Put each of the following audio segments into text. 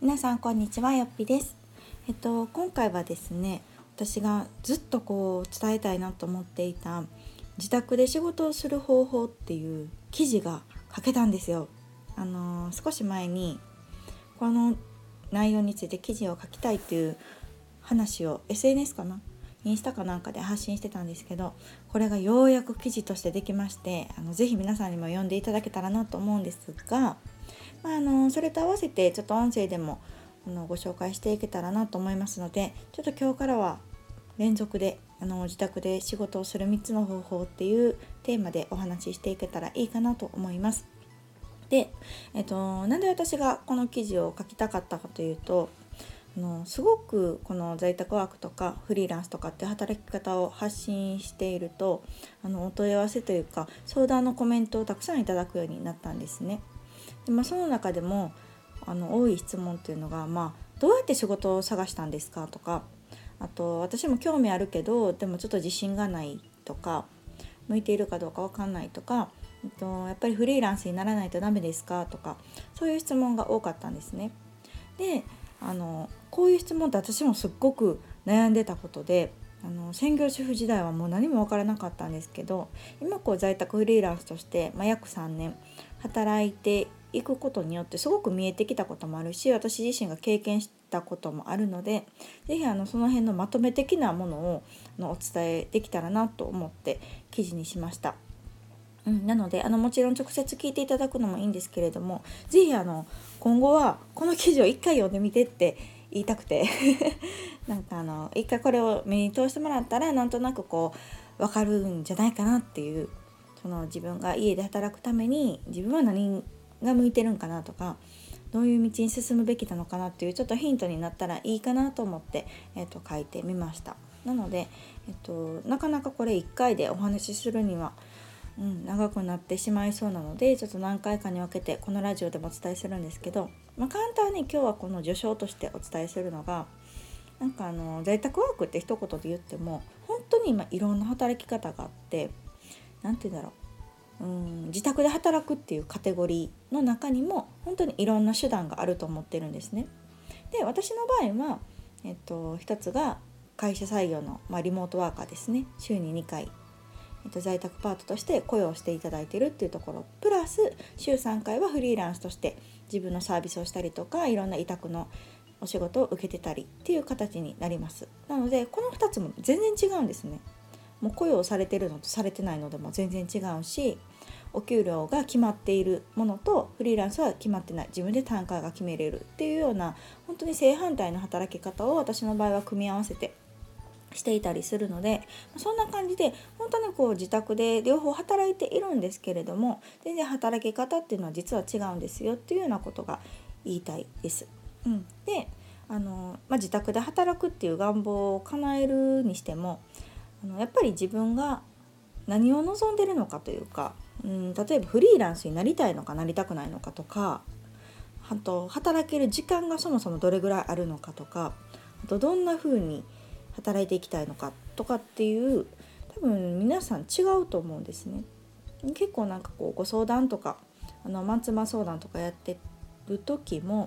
皆さんこんにちは、よっぴです。今回はですね、私がずっと伝えたいなと思っていた自宅で仕事をする方法っていう記事が書けたんですよ。少し前にこの内容について記事を書きたいっていう話を SNS かな、インスタかなんかで発信してたんですけど、これがようやく記事としてできまして、ぜひ皆さんにも読んでいただけたらなと思うんですが、それと合わせてちょっと音声でもご紹介していけたらなと思いますので、ちょっと今日からは連続で自宅で仕事をする3つの方法っていうテーマでお話ししていけたらいいかなと思います。で、なんで私がこの記事を書きたかったかというと、すごくこの在宅ワークとかフリーランスとかって働き方を発信していると、お問い合わせというか相談のコメントをたくさんいただくようになったんですね。で、その中でも多い質問っていうのが、どうやって仕事を探したんですかとか、あと私も興味あるけどでもちょっと自信がないとか、向いているかどうか分かんないとか、やっぱりフリーランスにならないとダメですかとか、そういう質問が多かったんですね。で、こういう質問って私もすっごく悩んでたことで、専業主婦時代はもう何も分からなかったんですけど、今在宅フリーランスとして、約3年働いていくことによってすごく見えてきたこともあるし、私自身が経験したこともあるので、ぜひその辺のまとめ的なものをお伝えできたらなと思って記事にしました。なのでもちろん直接聞いていただくのもいいんですけれども、ぜひ今後はこの記事を一回読んでみてって言いたくてなんか一回これを目に通してもらったらなんとなく分かるんじゃないかなっていう、その自分が家で働くために自分は何が向いてるんかなとか、どういう道に進むべきなのかなっていうちょっとヒントになったらいいかなと思って、書いてみました。なので、なかなかこれ1回でお話しするには長くなってしまいそうなので、ちょっと何回かに分けてこのラジオでもお伝えするんですけど、簡単に今日はこの序章としてお伝えするのが、在宅ワークって一言で言っても本当に今いろんな働き方があって、なんて言うんだろう、自宅で働くっていうカテゴリーの中にも本当にいろんな手段があると思ってるんですね。で、私の場合は、一つが会社採用の、リモートワーカーですね。週に2回在宅パートとして雇用していただいているっていうところプラス、週3回はフリーランスとして自分のサービスをしたりとか、いろんな委託のお仕事を受けてたりっていう形になります。なのでこの2つも全然違うんですね。もう雇用されているのとされてないのでも全然違うし、お給料が決まっているものとフリーランスは決まってない、自分で単価が決めれるっていうような、本当に正反対の働き方を私の場合は組み合わせてしていたりするので、そんな感じで本当に自宅で両方働いているんですけれども、全然働き方っていうのは実は違うんですよっていうようなことが言いたいです。で、自宅で働くっていう願望を叶えるにしても、やっぱり自分が何を望んでるのかというか、例えばフリーランスになりたいのかなりたくないのかとか、あと働ける時間がそもそもどれぐらいあるのかとか、あとどんな風に働いていきたいのかとかっていう、多分皆さん違うと思うんですね。結構ご相談とかマンツーマン相談とかやってる時も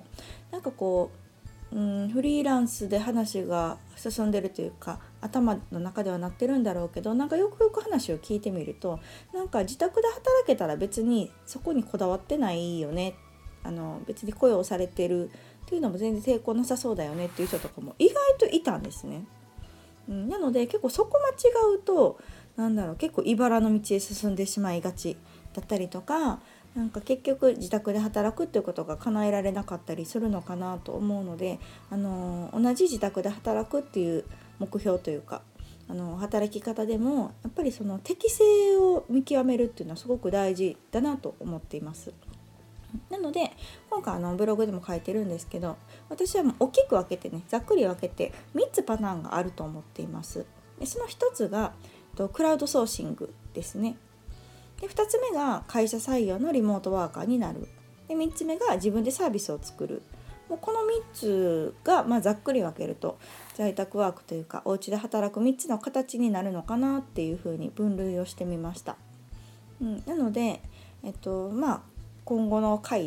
フリーランスで話が進んでるというか、頭の中ではなってるんだろうけど、よくよく話を聞いてみると、自宅で働けたら別にそこにこだわってないよね、別に雇用されてるっていうのも全然抵抗なさそうだよねっていう人とかも意外といたんですね。なので結構そこ間違うと結構茨の道へ進んでしまいがちだったりとか、結局自宅で働くっていうことが叶えられなかったりするのかなと思うので、同じ自宅で働くっていう目標というか働き方でもやっぱりその適性を見極めるっていうのはすごく大事だなと思っています。なので今回ブログでも書いてるんですけど、私はもう大きく分けてね、ざっくり分けて3つパターンがあると思っています。でその1つがクラウドソーシングですね。で2つ目が会社採用のリモートワーカーになる。で3つ目が自分でサービスを作る。もうこの3つが、ざっくり分けると在宅ワークというかお家で働く3つの形になるのかなっていうふうに分類をしてみました。なので、今後の回で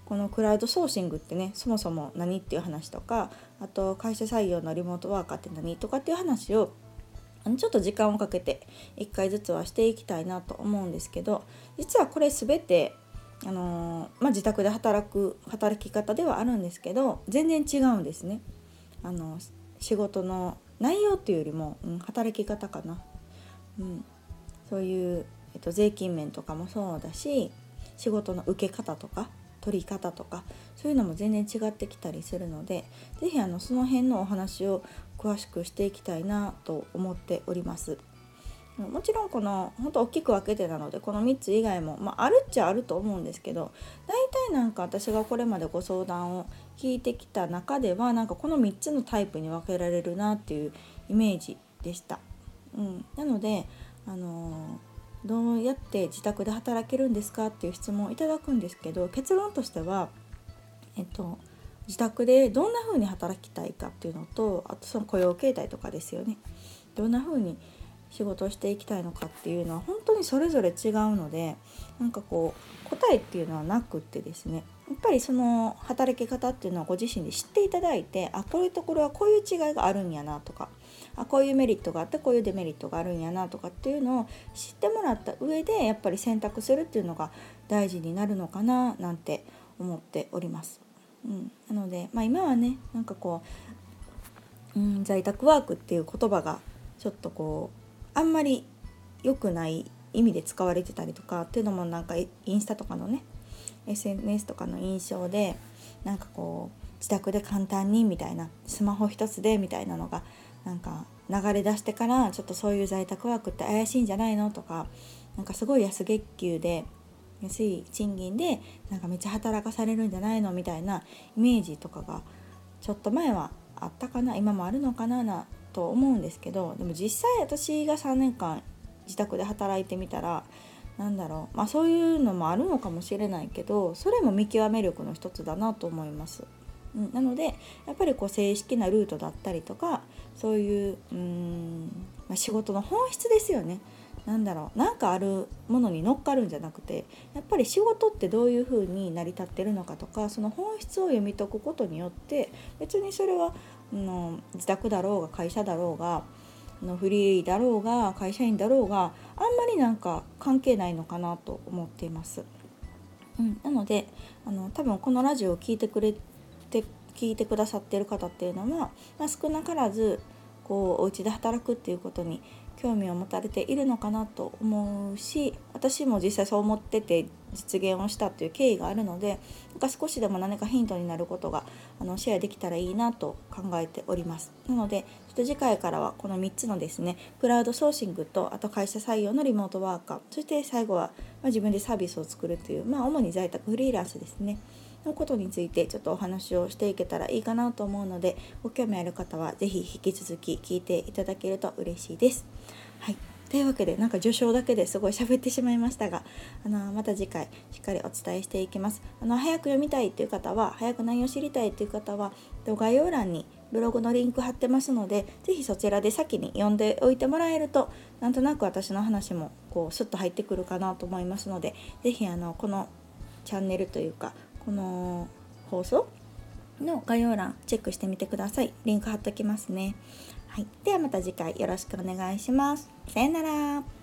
このクラウドソーシングってね、そもそも何っていう話とか、あと会社採用のリモートワーカーって何とかっていう話をちょっと時間をかけて1回ずつはしていきたいなと思うんですけど、実はこれ全て自宅で働く働き方ではあるんですけど、全然違うんですね。仕事の内容っていうよりも、働き方かな、そういう、税金面とかもそうだし、仕事の受け方とか取り方とか、そういうのも全然違ってきたりするので、ぜひその辺のお話を詳しくしていきたいなと思っております。もちろんこの本当大きく分けてなので、この3つ以外も、あるっちゃあると思うんですけど、大体なんか私がこれまでご相談を聞いてきた中では、なんかこの3つのタイプに分けられるなっていうイメージでした。なので、どうやって自宅で働けるんですかっていう質問をいただくんですけど、結論としては、自宅でどんな風に働きたいかっていうのと、あとその雇用形態とかですよね。どんな風に仕事をしていきたいのかっていうのは本当にそれぞれ違うので、なんかこう答えっていうのはなくってですね、やっぱりその働き方っていうのはご自身で知っていただいて、こういうところはこういう違いがあるんやなとか、こういうメリットがあってこういうデメリットがあるんやなとかっていうのを知ってもらった上で、やっぱり選択するっていうのが大事になるのかななんて思っております。なので、今はね、なんかこう、在宅ワークっていう言葉がちょっとこうあんまり良くない意味で使われてたりとかっていうのも、なんかインスタとかのね SNS とかの印象で、なんかこう自宅で簡単にみたいな、スマホ一つでみたいなのがなんか流れ出してから、ちょっとそういう在宅ワークって怪しいんじゃないのとか、なんかすごい安月給で安い賃金でなんかめっちゃ働かされるんじゃないのみたいなイメージとかがちょっと前はあったかな、今もあるのかなと思うんですけど、でも実際私が3年間自宅で働いてみたら、そういうのもあるのかもしれないけど、それも見極め力の一つだなと思います。なのでやっぱりこう正式なルートだったりとか、そういう仕事の本質ですよね。なんかあるものに乗っかるんじゃなくて、やっぱり仕事ってどういう風に成り立ってるのかとか、その本質を読み解くことによって、別にそれは自宅だろうが会社だろうがフリーだろうが会社員だろうが、あんまりなんか関係ないのかなと思っています。なので多分このラジオを聞いてくださっている方っていうのは、少なからずこうお家で働くっていうことに興味を持たれているのかなと思うし、私も実際そう思ってて実現をしたという経緯があるので、少しでも何かヒントになることがシェアできたらいいなと考えております。なのでちょっと次回からはこの3つのですね、クラウドソーシングと、あと会社採用のリモートワーカー、そして最後は自分でサービスを作るという、主に在宅フリーランスですねのことについてちょっとお話をしていけたらいいかなと思うので、ご興味ある方はぜひ引き続き聞いていただけると嬉しいです。はい、というわけでなんか序章だけですごい喋ってしまいましたが、また次回しっかりお伝えしていきます。早く読みたいという方は、早く内容知りたいという方は概要欄にブログのリンク貼ってますので、ぜひそちらで先に読んでおいてもらえると、なんとなく私の話もこうスッと入ってくるかなと思いますので、ぜひこのチャンネルというかこの放送の概要欄チェックしてみてください。リンク貼っときますね。はい、ではまた次回よろしくお願いします。さよなら。